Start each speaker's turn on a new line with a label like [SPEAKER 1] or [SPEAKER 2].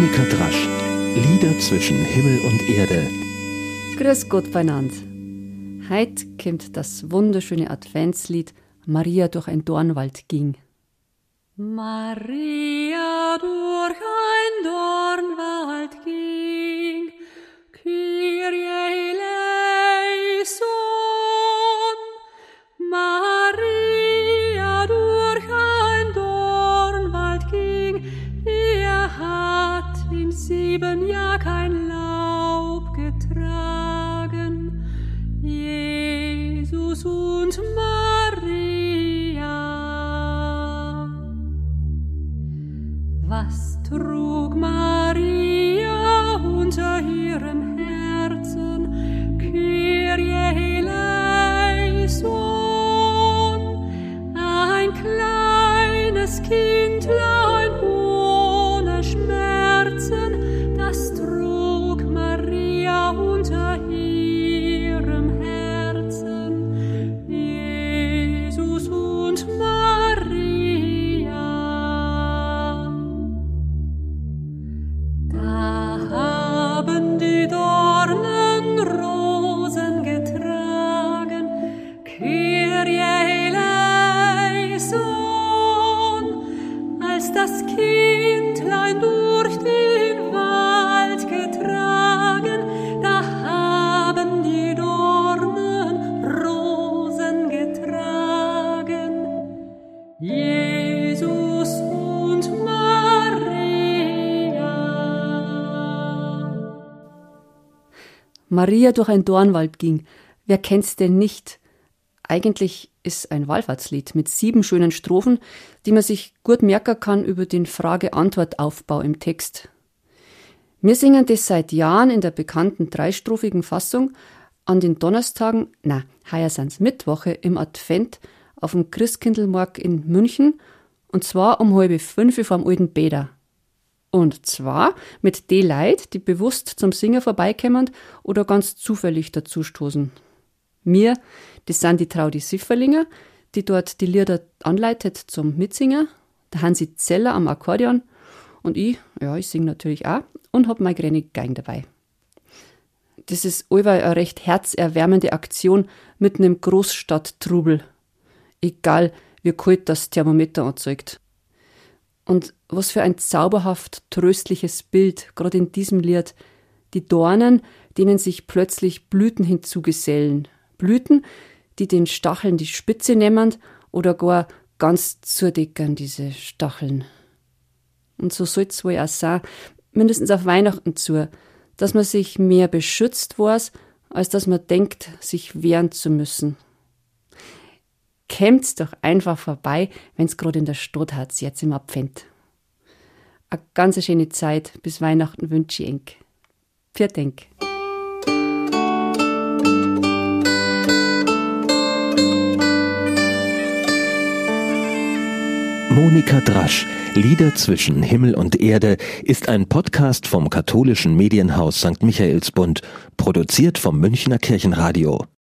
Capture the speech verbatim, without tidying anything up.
[SPEAKER 1] Monika Drasch. Lieder zwischen Himmel und Erde.
[SPEAKER 2] Grüß Gott beieinander. Heut kommt das wunderschöne Adventslied Maria durch ein Dornwald ging. Maria durch ein Dornwald ging, Kyrie eleison. Maria durch ein Dornwald ging, er hat in sieben Jahr kein Laub getragen. Jesus und Maria. Was trug Maria unter ihrem Herzen? Kyrie eleison. Ein kleines Kindlein ohne Schmerzen, das trug Maria unter ihrem Herzen. Jesus und Maria. Da haben die Dornen Rosen getragen, Kyrie eleison, als das Kindlein durch den Wald getragen, da haben die Dornen Rosen getragen, Jesus und Maria. Maria durch ein Dornwald ging. Wer kennt's denn nicht? Eigentlich ist ein Wallfahrtslied mit sieben schönen Strophen, die man sich gut merken kann über den Frage-Antwort-Aufbau im Text. Wir singen das seit Jahren in der bekannten dreistrophigen Fassung an den Donnerstagen, na, heuer sind's Mittwoche im Advent auf dem Christkindlmarkt in München, und zwar um halb fünf vorm alten Bäder. Und zwar mit den Leuten, die bewusst zum Singen vorbeikommen oder ganz zufällig dazustoßen. Mir, das sind die Traudi Sifferlinger, die dort die Lieder anleitet zum Mitsingen, der Hansi Zeller am Akkordeon und ich, ja, ich singe natürlich auch und hab meine kleine Geige dabei. Das ist allweil eine recht herzerwärmende Aktion mitten im Großstadttrubel. Egal, wie kalt das Thermometer anzeigt. Und was für ein zauberhaft tröstliches Bild, gerade in diesem Lied. Die Dornen, denen sich plötzlich Blüten hinzugesellen. Blüten, die den Stacheln die Spitze nehmen oder gar ganz zudeckern, diese Stacheln. Und so soll es wohl auch sein, mindestens auf Weihnachten zu, dass man sich mehr beschützt weiß, als dass man denkt, sich wehren zu müssen. Kämmt's doch einfach vorbei, wenn's gerade in der Stadt hat's, jetzt im Advent. Eine ganz schöne Zeit bis Weihnachten wünsche ich eng. Pfiat Dank.
[SPEAKER 1] Monika Drasch. Lieder zwischen Himmel und Erde ist ein Podcast vom katholischen Medienhaus Sankt Michaelsbund, produziert vom Münchner Kirchenradio.